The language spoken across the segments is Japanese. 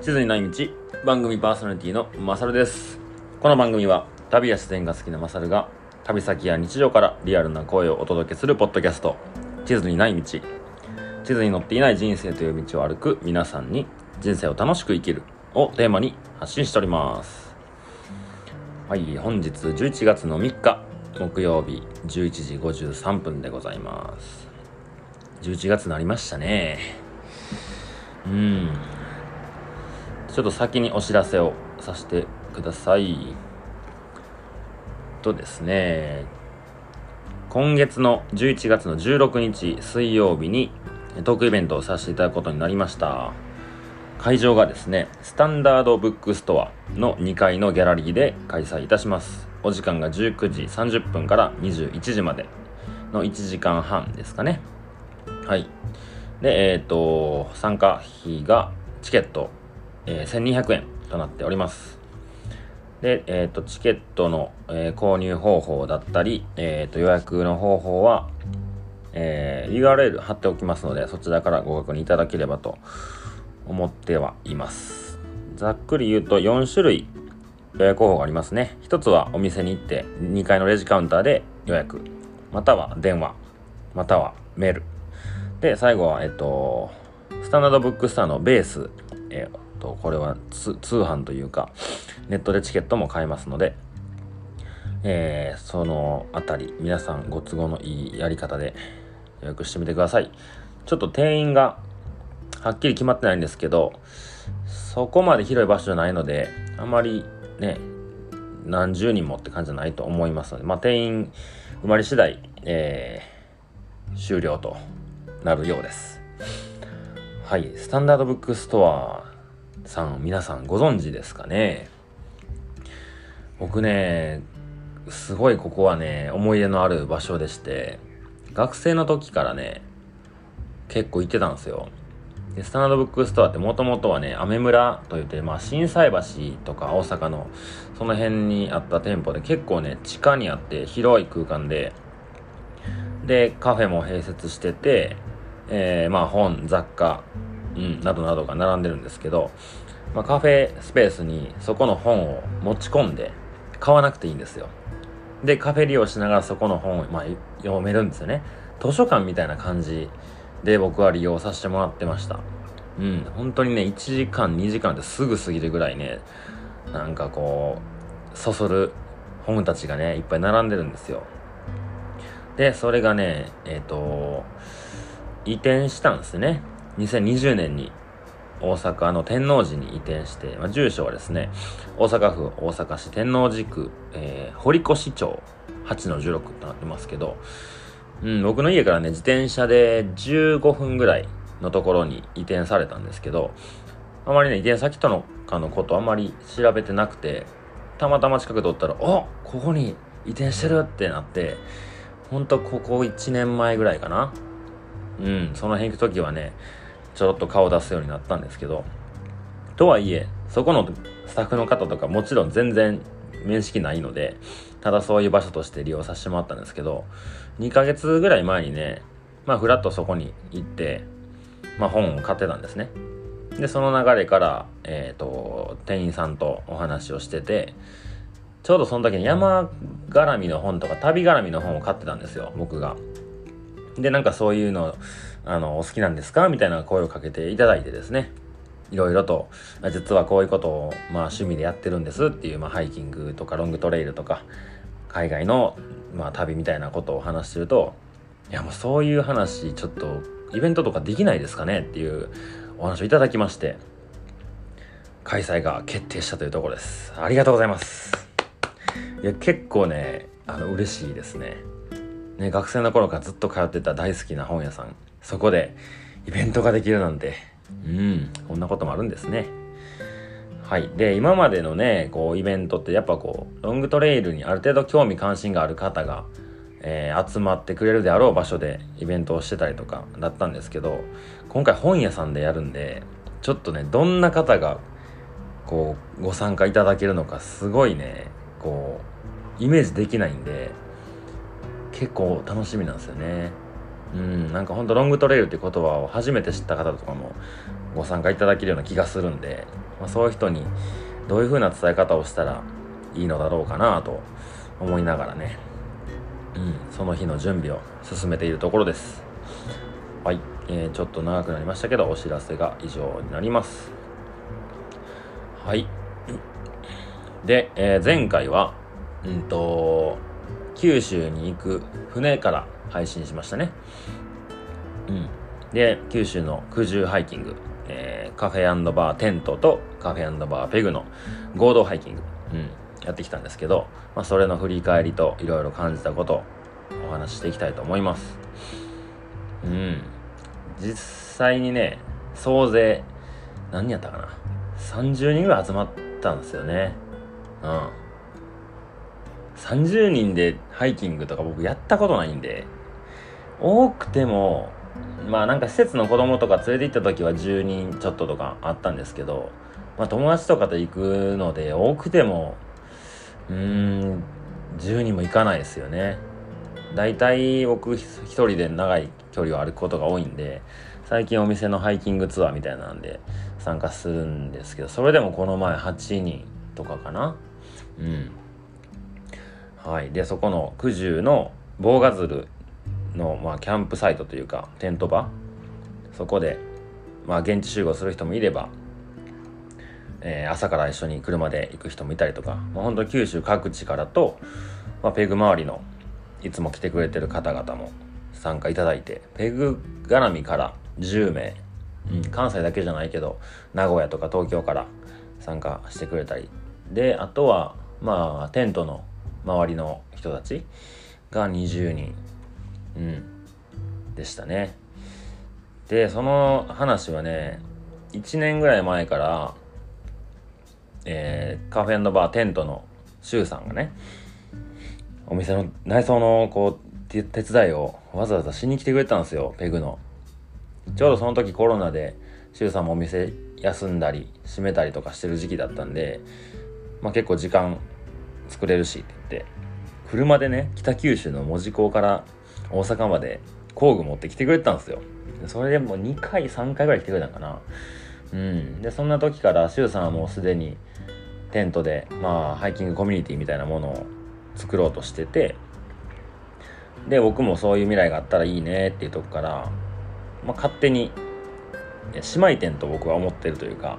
地図にない道、番組パーソナリティのマサルです。この番組は旅や自然が好きなマサルが旅先や日常からリアルな声をお届けするポッドキャスト、地図にない道。地図に載っていない人生という道を歩く皆さんに人生を楽しく生きるをテーマに発信しております。はい、本日11月の3日木曜日11時53分でございます。11月になりましたね。ちょっと先にお知らせをさせてください。ですね、今月の11月の16日水曜日にトークイベントをさせていただくことになりました。会場がですね、スタンダードブックストアの2階のギャラリーで開催いたします。お時間が19時30分から21時までの1時間半ですかね。はい。で、参加費がチケット、1200円となっております。で、チケットの、購入方法だったり、予約の方法は、URL 貼っておきますので、そちらからご確認いただければと思ってはいます。ざっくり言うと4種類予約方法がありますね。一つはお店に行って2階のレジカウンターで予約、または電話、またはメールで、最後は、スタンダードブックスターのベース、これは通販というかネットでチケットも買えますので、そのあたり皆さんご都合のいいやり方で予約してみてください。ちょっと定員がはっきり決まってないんですけど、そこまで広い場所じゃないのであまりね何十人もって感じじゃないと思いますので、定員埋まり次第、終了となるようです。はい、スタンダードブックストアさん、皆さんご存知ですかね。僕ね、すごいここはね思い出のある場所でして、学生の時からね結構行ってたんですよ。でスタンダードブックストアってもともとはねアメ村といって、心斎橋とか大阪のその辺にあった店舗で、結構ね地下にあって広い空間でカフェも併設してて、本、雑貨、などなどが並んでるんですけど、カフェスペースにそこの本を持ち込んで買わなくていいんですよ。でカフェ利用しながらそこの本を、読めるんですよね。図書館みたいな感じで僕は利用させてもらってました。本当にね1時間2時間ですぐ過ぎるぐらいね、なんかこうそそる本たちがねいっぱい並んでるんですよ。でそれがね移転したんですね。2020年に大阪の天王寺に移転して、住所はですね大阪府大阪市天王寺区、堀越町 8-16 となってますけど、僕の家からね自転車で15分ぐらいのところに移転されたんですけど、あまりね移転先とのかのことあまり調べてなくて、たまたま近くでおったらここに移転してるってなって、ほんとここ1年前ぐらいかな。その辺行く時はねちょろっと顔出すようになったんですけど、とはいえそこのスタッフの方とかもちろん全然面識ないので、ただそういう場所として利用させてもらったんですけど、2ヶ月ぐらい前にねふらっとそこに行って、本を買ってたんですね。でその流れから、店員さんとお話をしてて、ちょうどその時に山絡みの本とか旅絡みの本を買ってたんですよ、僕が。でなんかそういうのお好きなんですかみたいな声をかけていただいてですね、いろいろと実はこういうことを趣味でやってるんですっていう、ハイキングとかロングトレイルとか海外の旅みたいなことを話してると、いやもうそういう話ちょっとイベントとかできないですかねっていうお話をいただきまして、開催が決定したというところです。ありがとうございます。いや結構ね嬉しいですね。学生の頃からずっと通ってた大好きな本屋さん、そこでイベントができるなんて、こんなこともあるんですね。はい。で今までのねイベントってやっぱロングトレイルにある程度興味関心がある方が、集まってくれるであろう場所でイベントをしてたりとかだったんですけど、今回本屋さんでやるんで、ちょっとねどんな方がご参加いただけるのかすごいねイメージできないんで、結構楽しみなんですよね。なんかほんとロングトレイルって言葉を初めて知った方とかもご参加いただけるような気がするんで、 そういう人にどういう風な伝え方をしたらいいのだろうかなと思いながらね、その日の準備を進めているところです。はい、ちょっと長くなりましたけどお知らせが以上になります。はい。で、前回は九州に行く船から配信しましたね。で、九州の九十ハイキング、カフェ&バーテントとカフェ&バーペグの合同ハイキング、やってきたんですけど、それの振り返りといろいろ感じたことをお話ししていきたいと思います。実際にね、総勢何人やったかな、30人ぐらい集まったんですよね。30人でハイキングとか僕やったことないんで、多くてもなんか施設の子供とか連れて行った時は10人ちょっととかあったんですけど、友達とかと行くので多くても10人も行かないですよね。だいたい僕一人で長い距離を歩くことが多いんで、最近お店のハイキングツアーみたいなんで参加するんですけど、それでもこの前8人とかかな。はい。で、そこの九十の棒ガズルの、キャンプサイトというかテント場、そこで現地集合する人もいれば、朝から一緒に車で行く人もいたりとか、本当に九州各地からと、ペグ周りのいつも来てくれてる方々も参加いただいて、ペグ絡みから10名、関西だけじゃないけど名古屋とか東京から参加してくれたりで、あとはテントの周りの人たちが20人、でしたね。で、その話はね、1年ぐらい前から、カフェ&バーテントのシュウさんがね、お店の内装の手伝いをわざわざしに来てくれたんですよ、ペグの。ちょうどその時コロナでシュウさんもお店休んだり閉めたりとかしてる時期だったんで、結構時間作れるしって言って、車でね、北九州の門司港から大阪まで工具持ってきてくれたんですよ。それでもう2回3回ぐらい来てくれたんかな。で、そんな時からシュウさんはもうすでにテントでハイキングコミュニティみたいなものを作ろうとしてて、で、僕もそういう未来があったらいいねっていうとこから、勝手に姉妹店と僕は思ってるというか、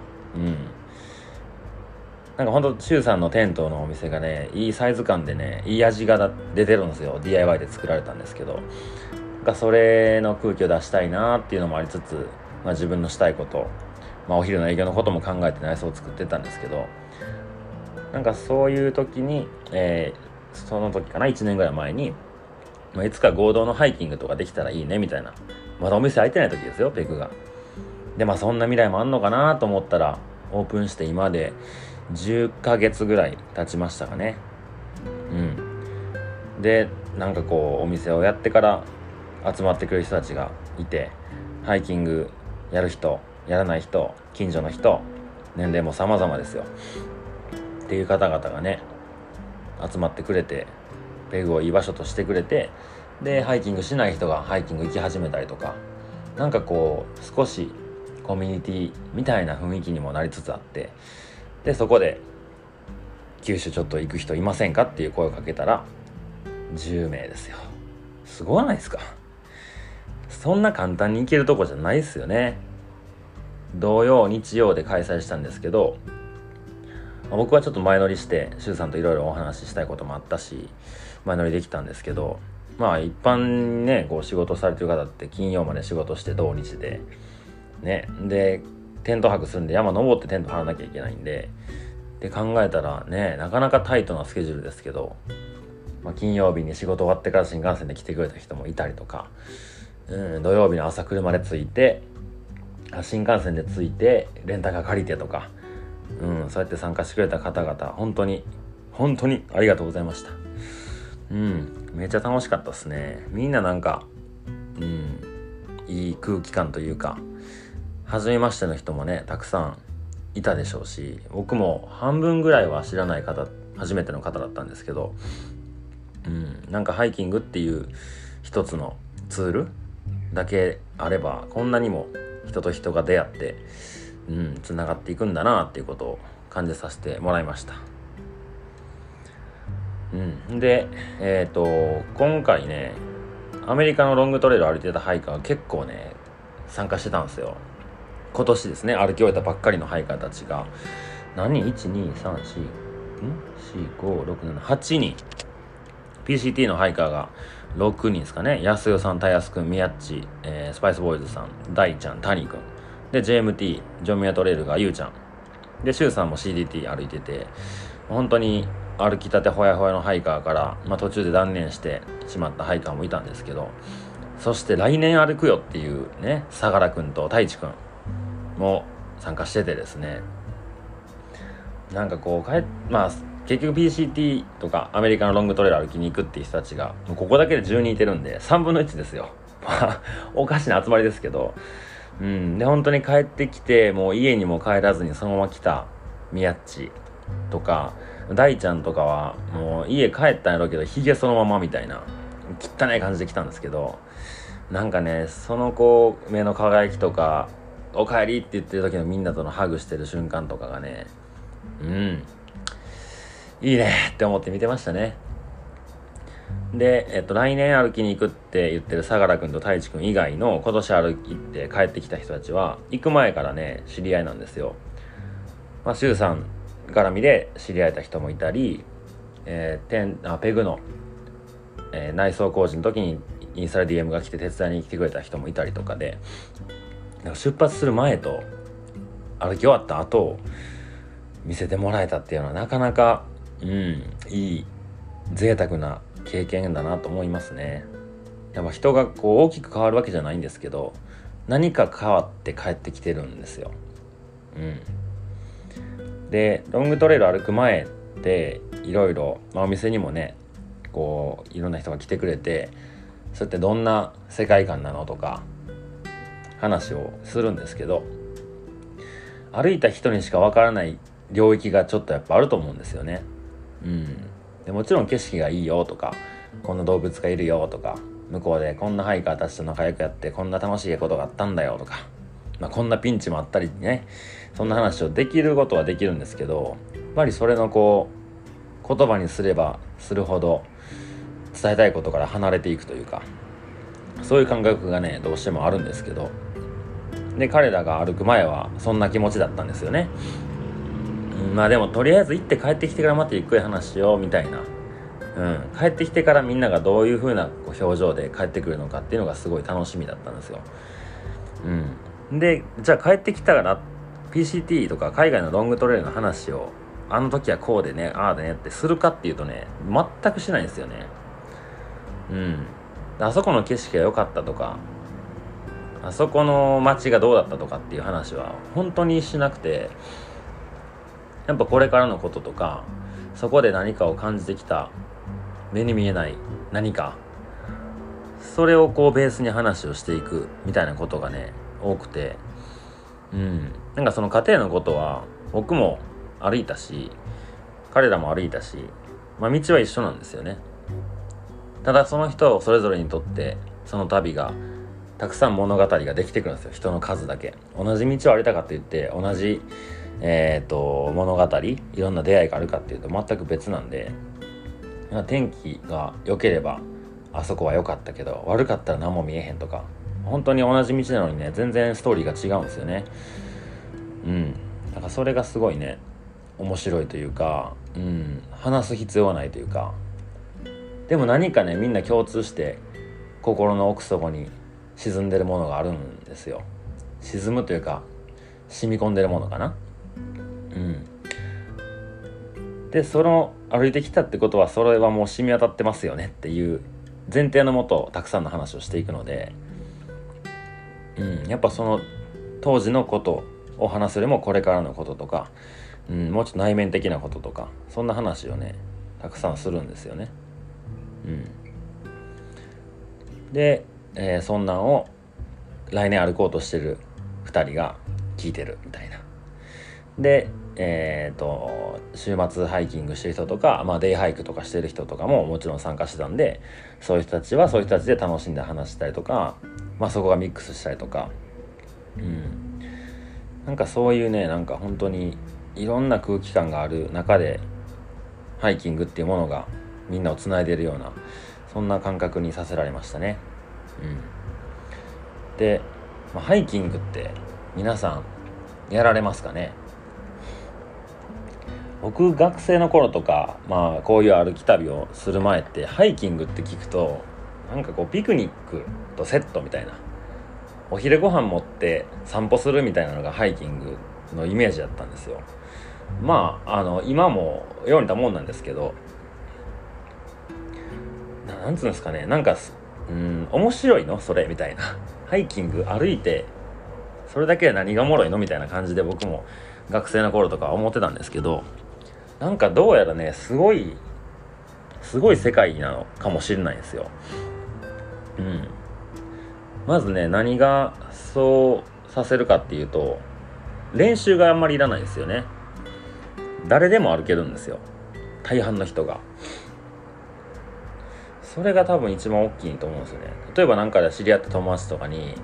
なんかほんとシュウさんのテントのお店がね、いいサイズ感でね、いい味が出てるんですよ。 DIY で作られたんですけど、それの空気を出したいなっていうのもありつつ、自分のしたいこと、お昼の営業のことも考えて内装を作ってたんですけど、なんかそういう時に、その時かな、1年ぐらい前に、いつか合同のハイキングとかできたらいいねみたいな、まだお店開いてない時ですよ、ペグが。で、そんな未来もあんのかなと思ったら、オープンして今で10ヶ月ぐらい経ちましたかね。で、なんかお店をやってから集まってくれる人たちがいて、ハイキングやる人、やらない人、近所の人、年齢も様々ですよっていう方々がね、集まってくれて、ペグをいい場所としてくれて、で、ハイキングしない人がハイキング行き始めたりとか、なんか少しコミュニティみたいな雰囲気にもなりつつあって、で、そこで九州ちょっと行く人いませんかっていう声をかけたら10名ですよ。すごいないですか？そんな簡単に行けるとこじゃないですよね。土曜日曜で開催したんですけど、僕はちょっと前乗りしてシュウさんといろいろお話ししたいこともあったし、前乗りできたんですけど、一般ね、仕事されてる方って金曜まで仕事して土日でね、でテント泊するんで山登ってテント張らなきゃいけないんで、考えたらね、なかなかタイトなスケジュールですけど、金曜日に仕事終わってから新幹線で来てくれた人もいたりとか、土曜日の朝車で着いて、新幹線で着いてレンタカー借りてとか、そうやって参加してくれた方々、本当にありがとうございました。めっちゃ楽しかったですね。みんななんかいい空気感というか、初めましての人もね、たくさんいたでしょうし、僕も半分ぐらいは知らない方、初めての方だったんですけど、なんかハイキングっていう一つのツールだけあれば、こんなにも人と人が出会って、 つながっていくんだなっていうことを感じさせてもらいました。で、今回ね、アメリカのロングトレイル歩いてたハイカーが結構ね、参加してたんですよ。今年ですね、歩き終えたばっかりのハイカーたちが、何人 ?1、2、3、4、4、5、6、7、8人。PCT のハイカーが6人ですかね。安代さん、たやすくん、みやっち、スパイスボーイズさん、大ちゃん、谷くん。で、JMT、ジョンミヤトレイルがゆうちゃん。で、シュウさんも CDT 歩いてて、本当に歩きたてほやほやのハイカーから、途中で断念してしまったハイカーもいたんですけど、そして来年歩くよっていうね、相良くんと太一くんも参加しててですね、なんかこう結局 PCT とかアメリカのロングトレイル歩きに行くっていう人たちがもうここだけで10人いてるんで3分の1ですよ。おかしな集まりですけど、で本当に帰ってきてもう家にも帰らずにそのまま来たみやっちとか大ちゃんとかはもう家帰ったんやろうけどヒゲそのままみたいな汚い感じで来たんですけど、なんかね、その子目の輝きとかおかえりって言ってる時のみんなとのハグしてる瞬間とかがね、いいねって思って見てましたね。で、来年歩きに行くって言ってる相良くんと太一くん以外の今年歩いて帰ってきた人たちは行く前からね知り合いなんですよ。シュウさん絡みで知り合えた人もいたり、ペグの、内装工事の時にインスタで DM が来て手伝いに来てくれた人もいたりとかで、なんか出発する前と歩き終わった後を見せてもらえたっていうのはなかなかいい贅沢な経験だなと思いますね。やっぱ人がこう大きく変わるわけじゃないんですけど、何か変わって帰ってきてるんですよ。でロングトレイル歩く前っていろいろお店にもねこういろんな人が来てくれて、それってどんな世界観なのとか話をするんですけど、歩いた人にしかわからない領域がちょっとやっぱあると思うんですよね。でもちろん景色がいいよとか、こんな動物がいるよとか、向こうでこんなハイカーたちと仲良くやってこんな楽しいことがあったんだよとか、こんなピンチもあったりね、そんな話をできることはできるんですけど、やっぱりそれのこう言葉にすればするほど伝えたいことから離れていくというか、そういう感覚がねどうしてもあるんですけど、で彼らが歩く前はそんな気持ちだったんですよね。でもとりあえず行って帰ってきてからまたゆっくり話しようみたいな、帰ってきてからみんながどういう風な表情で帰ってくるのかっていうのがすごい楽しみだったんですよ。でじゃあ帰ってきたから PCT とか海外のロングトレイルの話をあの時はこうでねああでねってするかっていうとね全くしないんですよね。あそこの景色が良かったとか、あそこの街がどうだったとかっていう話は本当にしなくて、やっぱこれからのこととか、そこで何かを感じてきた目に見えない何か、それをこうベースに話をしていくみたいなことがね多くて、なんかその過程のことは僕も歩いたし彼らも歩いたし、道は一緒なんですよね。ただその人それぞれにとってその旅がたくさん物語ができてくるんですよ。人の数だけ同じ道を歩いたかって言って同じ物語いろんな出会いがあるかっていうと全く別なんで、天気が良ければあそこは良かったけど悪かったら何も見えへんとか、本当に同じ道なのにね全然ストーリーが違うんですよね。だからそれがすごいね面白いというか、話す必要はないというか、でも何かねみんな共通して心の奥底に沈んでるものがあるんですよ。沈むというか染み込んでるものかな。でその歩いてきたってことはそれはもう染み渡ってますよねっていう前提のもとたくさんの話をしていくので、やっぱその当時のことを話すよりもこれからのこととか、もうちょっと内面的なこととかそんな話をねたくさんするんですよね。で、そんなんを来年歩こうとしてる2人が聞いてるみたいな。で週末ハイキングしてる人とか、デイハイクとかしてる人とかももちろん参加してたんで、そういう人たちはそういう人たちで楽しんで話したりとか、そこがミックスしたりとか、 なんかそういうね、なんか本当にいろんな空気感がある中でハイキングっていうものがみんなをつないでいるような、そんな感覚にさせられましたね。で、ハイキングって皆さんやられますかね。僕学生の頃とか、こういう歩き旅をする前ってハイキングって聞くとなんかこうピクニックとセットみたいな、お昼ご飯持って散歩するみたいなのがハイキングのイメージだったんですよ。今もよう似たもんなんですけど、なんつうんですかね、なんか面白いのそれみたいな、ハイキング歩いてそれだけで何がおもろいのみたいな感じで僕も学生の頃とか思ってたんですけど、なんかどうやらね、すごい世界なのかもしれないですよ。まずね、何がそうさせるかっていうと、練習があんまりいらないですよね。誰でも歩けるんですよ、大半の人が。それが多分一番大きいと思うんですよね。例えばなんかで知り合った友達とかに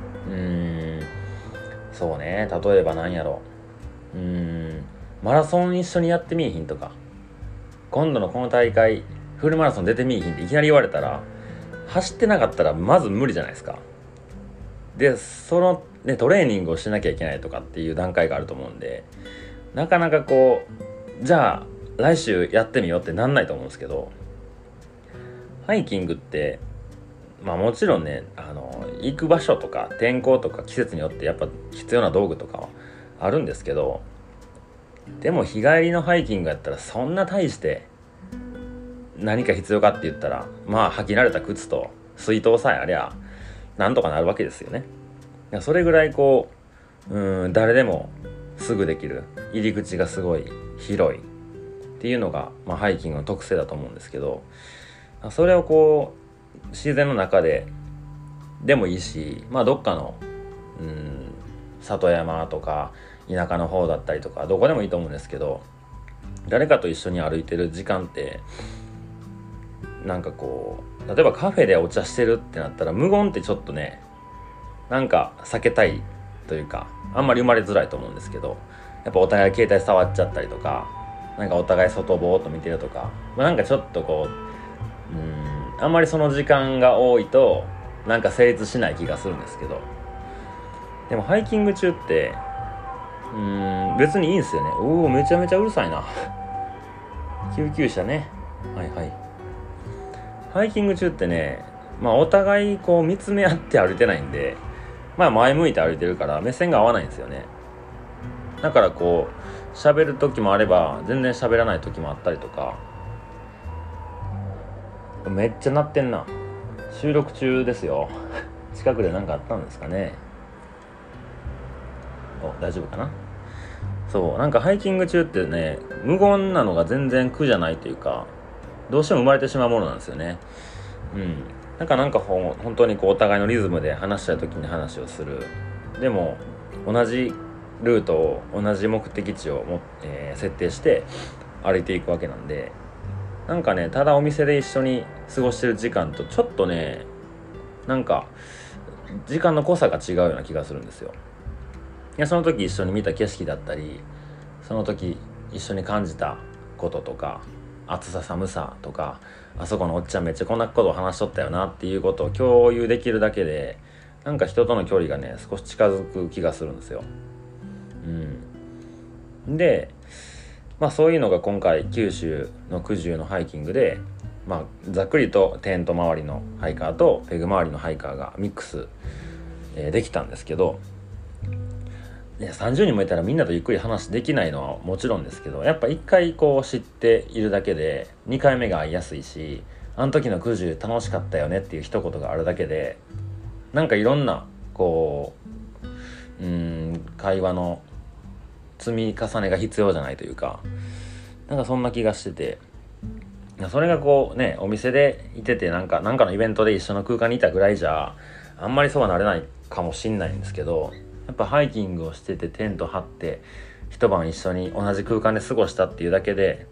そうね、例えばなんやろマラソン一緒にやってみいひんとか、今度のこの大会フルマラソン出てみいひんっていきなり言われたら、走ってなかったらまず無理じゃないですか。でそのね、トレーニングをしなきゃいけないとかっていう段階があると思うんで、なかなかこうじゃあ来週やってみようってなんないと思うんですけど、ハイキングってもちろんね、行く場所とか天候とか季節によってやっぱ必要な道具とかはあるんですけど、でも日帰りのハイキングやったらそんな大して何か必要かって言ったら、履き慣れた靴と水筒さえありゃなんとかなるわけですよね。それぐらいこう誰でもすぐできる、入り口がすごい広いっていうのが、ハイキングの特性だと思うんですけど、それをこう自然の中ででもいいし、どっかの里山とか田舎の方だったりとかどこでもいいと思うんですけど、誰かと一緒に歩いてる時間ってなんかこう、例えばカフェでお茶してるってなったら無言ってちょっとね、なんか避けたいというか、あんまり生まれづらいと思うんですけど、やっぱお互い携帯触っちゃったりとか、なんかお互い外ぼーっと見てるとか、なんかちょっとこうあんまりその時間が多いとなんか成立しない気がするんですけど、でもハイキング中って別にいいんですよね。おお、めちゃめちゃうるさいな救急車ね。はいはい。ハイキング中ってね、お互いこう見つめ合って歩いてないんで、前向いて歩いてるから目線が合わないんですよね。だからこう喋る時もあれば全然喋らない時もあったりとか。めっちゃ鳴ってんな。収録中ですよ近くで何かあったんですかね。大丈夫かな。そう、なんかハイキング中ってね、無言なのが全然苦じゃないというか、どうしても生まれてしまうものなんですよね。なんか本当にこうお互いのリズムで話したい時に話をする。でも同じルートを同じ目的地を設定して歩いていくわけなんで、なんかね、ただお店で一緒に過ごしてる時間とちょっとね、なんか時間の濃さが違うような気がするんですよ。いや、その時一緒に見た景色だったり、その時一緒に感じたこととか、暑さ寒さとか、あそこのおっちゃんめっちゃこんなことを話しとったよなっていうことを共有できるだけで、なんか人との距離がね少し近づく気がするんですよ。でそういうのが今回九州の九十のハイキングで、ざっくりとテント周りのハイカーとペグ周りのハイカーがミックス、できたんですけど、30人もいたらみんなとゆっくり話できないのはもちろんですけど、やっぱ1回こう知っているだけで2回目が会いやすいし、あの時の九十楽しかったよねっていう一言があるだけで、なんかいろんなこう会話の積み重ねが必要じゃないというか、なんかそんな気がしてて、それがこうね、お店でいててなんかのイベントで一緒の空間にいたぐらいじゃあんまりそうはなれないかもしんないんですけど、やっぱハイキングをしててテント張って一晩一緒に同じ空間で過ごしたっていうだけで、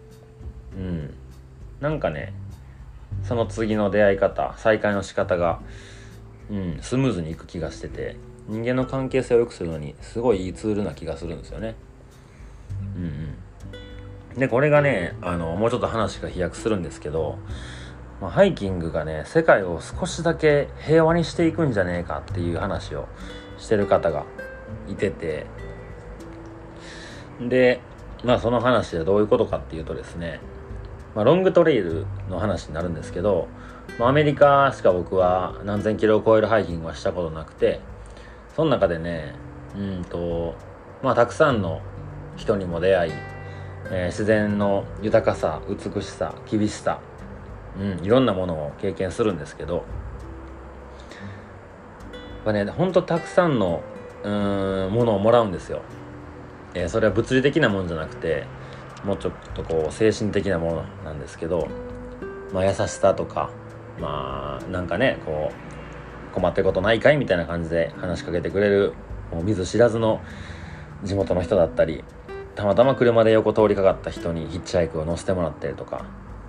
なんかね、その次の出会い方、再会の仕方がスムーズにいく気がしてて、 人間の関係性を良くするのにすごいいいツールな気がするんですよね。でこれがねもうちょっと話が飛躍するんですけど、ハイキングがね世界を少しだけ平和にしていくんじゃねえかっていう話をしてる方がいてて、でその話はどういうことかっていうとですね、ロングトレイルの話になるんですけど、アメリカしか僕は何千キロを超えるハイキングはしたことなくて、その中でねたくさんの人にも出会い、自然の豊かさ、美しさ、厳しさ、いろんなものを経験するんですけど、ほんとたくさんのものをもらうんですよ。それは物理的なものじゃなくて、もうちょっとこう精神的なものなんですけど、優しさとか、なんかねこう困ってることないかいみたいな感じで話しかけてくれるもう見ず知らずの地元の人だったり、たまたま車で横通りかかった人にヒッチハイクを乗せてもらったりとか、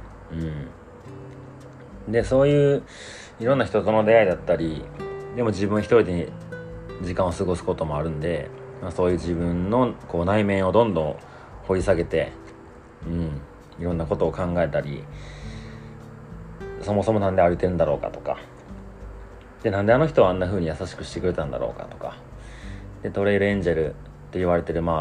でそういういろんな人との出会いだったり、でも自分一人で時間を過ごすこともあるんで、そういう自分のこう内面をどんどん掘り下げて、いろんなことを考えたり、そもそもなんで歩いてるんだろうかとか、でなんであの人はあんな風に優しくしてくれたんだろうかとか、でトレイルエンジェルって言われてる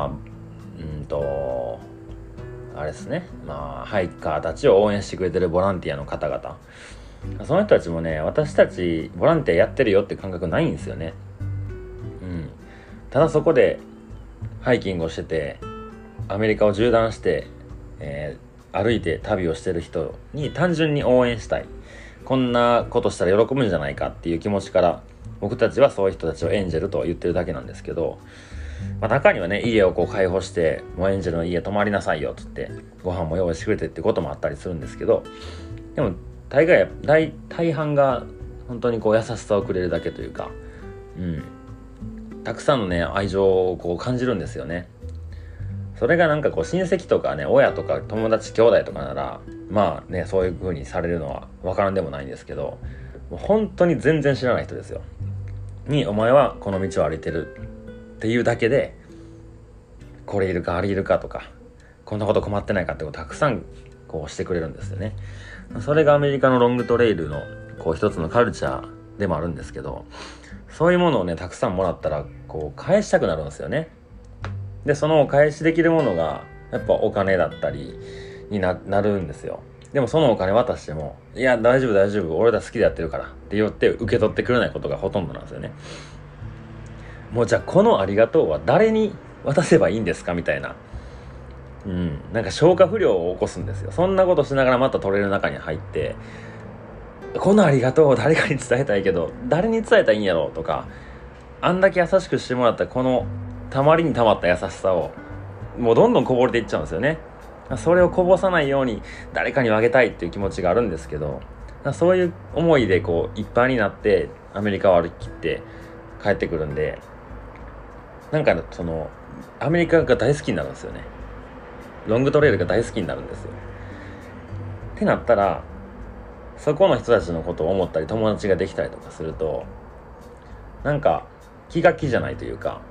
あれですね、ハイカーたちを応援してくれてるボランティアの方々、その人たちもね、私たちボランティアやってるよって感覚ないんですよね。ただそこでハイキングをしてて、アメリカを縦断して、歩いて旅をしてる人に単純に応援したい、こんなことしたら喜ぶんじゃないかっていう気持ちから、僕たちはそういう人たちをエンジェルと言ってるだけなんですけど、中にはね、家をこう開放して、もうエンジェルの家泊まりなさいよっつってご飯も用意してくれてってこともあったりするんですけど、でも大半が本当にこう優しさをくれるだけというか、たくさんのね愛情をこう感じるんですよね。それがなんかこう親戚とかね、親とか友達兄弟とかならそういう風にされるのは分からんでもないんですけど、もう本当に全然知らない人ですよに、お前はこの道を歩いてるっていうだけで、これいるかあれいるかとか、こんなこと困ってないかってことをたくさんこうしてくれるんですよね。それがアメリカのロングトレイルのこう一つのカルチャーでもあるんですけど、そういうものをねたくさんもらったらこう返したくなるんですよね。でそのお返しできるものがやっぱお金だったりに なるんですよ。でもそのお金渡しても、いや大丈夫俺ら好きでやってるからって言って受け取ってくれないことがほとんどなんですよね。もうじゃあこのありがとうは誰に渡せばいいんですかみたいな、なんか消化不良を起こすんですよ。そんなことしながらまたトレイルの中に入って、このありがとうを誰かに伝えたいけど誰に伝えたらいいんやろうとか、あんだけ優しくしてもらったこのたまりにたまった優しさをもうどんどんこぼれていっちゃうんですよね。それをこぼさないように誰かにあげたいっていう気持ちがあるんですけど、そういう思いでこういっぱいになってアメリカを歩き切って帰ってくるんで、なんかそのアメリカが大好きになるんですよね。ロングトレイルが大好きになるんですよ。ってなったら、そこの人たちのことを思ったり友達ができたりとかすると、なんか気が気じゃないというか、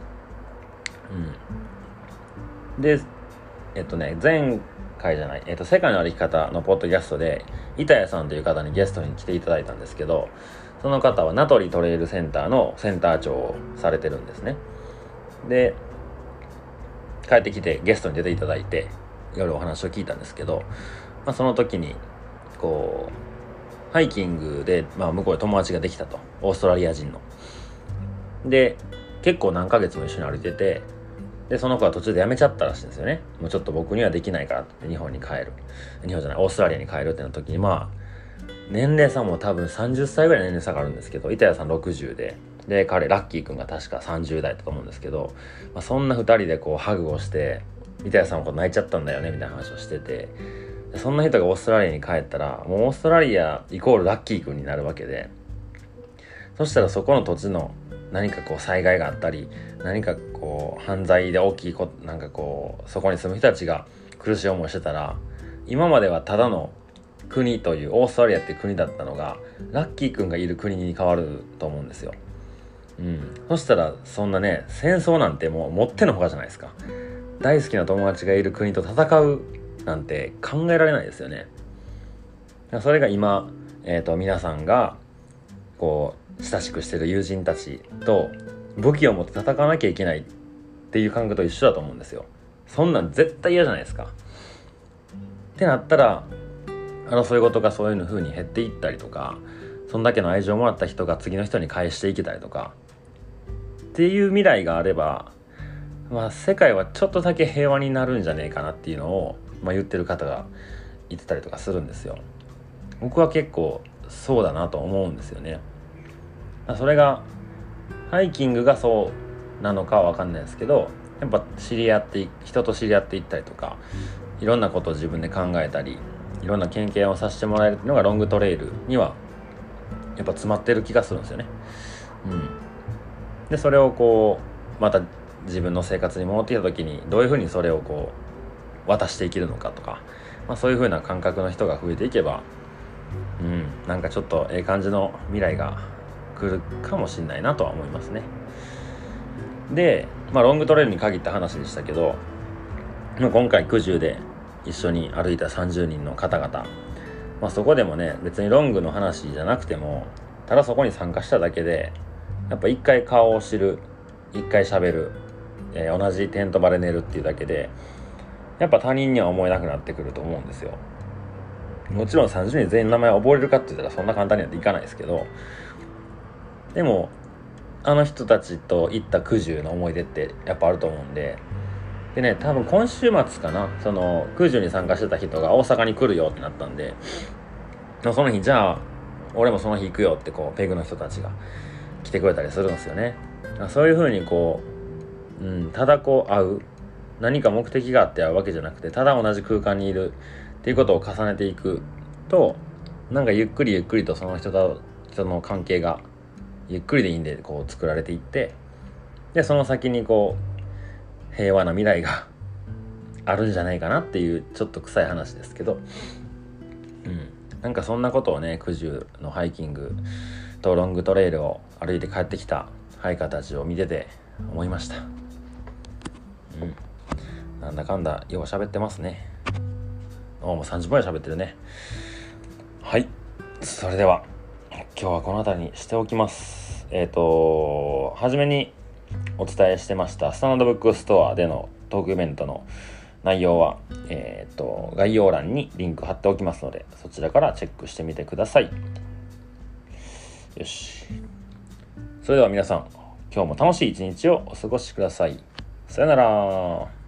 で前回じゃない、世界の歩き方のポッドキャストで板谷さんという方にゲストに来ていただいたんですけど、その方は名取トレイルセンターのセンター長をされてるんですね。で帰ってきてゲストに出ていただいて夜お話を聞いたんですけど、その時にこうハイキングで、向こうで友達ができたと、オーストラリア人の。で結構何ヶ月も一緒に歩いてて、でその子は途中で辞めちゃったらしいんですよね。もうちょっと僕にはできないからって日本じゃないオーストラリアに帰るってな時に、年齢差も多分30歳ぐらい年齢差があるんですけど、板谷さん60で彼ラッキーくんが確か30代だと思うんですけど、そんな2人でこうハグをして、板谷さんもこう泣いちゃったんだよねみたいな話をしてて、そんな人がオーストラリアに帰ったらもうオーストラリアイコールラッキーくんになるわけで、そしたらそこの土地の何かこう災害があったり、何かこう犯罪で大きいなんかこうそこに住む人たちが苦しい思いしてたら、今まではただの国というオーストラリアっていう国だったのがラッキーくんがいる国に変わると思うんですよ。 そしたらそんなね、戦争なんてもうもってのほかじゃないですか。大好きな友達がいる国と戦うなんて考えられないですよね。それが今、皆さんがこう親しくしてる友人たちと武器を持って戦わなきゃいけないっていう感覚と一緒だと思うんですよ。そんなん絶対嫌じゃないですか。ってなったら争い事がそういう風に減っていったりとか、そんだけの愛情をもらった人が次の人に返していけたりとかっていう未来があれば、世界はちょっとだけ平和になるんじゃねえかなっていうのを、言ってる方が言ってたりとかするんですよ。僕は結構そうだなと思うんですよね。それがハイキングがそうなのかは分かんないですけど、やっぱ人と知り合っていったりとか、いろんなことを自分で考えたり、いろんな経験をさせてもらえるっていうのがロングトレイルにはやっぱ詰まってる気がするんですよね。でそれをこうまた自分の生活に戻ってきた時にどういうふうにそれをこう渡していけるのかとか、そういうふうな感覚の人が増えていけば、なんかちょっとええ感じの未来が来るかもしれないなとは思いますね。で、ロングトレイルに限った話でしたけど、今回九十で一緒に歩いた30人の方々、そこでもね、別にロングの話じゃなくても、ただそこに参加しただけでやっぱ一回顔を知る、一回喋る、同じテント場で寝るっていうだけでやっぱ他人には思えなくなってくると思うんですよ。もちろん30人全員の名前を覚えれるかって言ったらそんな簡単にはいかないですけど、でもあの人たちと行った九十の思い出ってやっぱあると思うんで、でね、多分今週末かな、その九十に参加してた人が大阪に来るよってなったんで、その日じゃあ俺もその日行くよってこうペグの人たちが来てくれたりするんですよね。そういう風にこう、ただこう会う、何か目的があって会うわけじゃなくて、ただ同じ空間にいるっていうことを重ねていくと、なんかゆっくりゆっくりとその人と人の関係がゆっくりでいいんでこう作られていって、でその先にこう平和な未来があるんじゃないかなっていう、ちょっと臭い話ですけど、なんかそんなことをね、九十のハイキングとロングトレイルを歩いて帰ってきたハイカーたちを見てて思いました。なんだかんだよう喋ってますね。もう30分喋ってるね。はい、それでは今日はこの辺りにしておきます。初めにお伝えしてましたスタンダードブックストアでのトークイベントの内容は、概要欄にリンク貼っておきますので、そちらからチェックしてみてください。よし、それでは皆さん、今日も楽しい一日をお過ごしください。さよなら。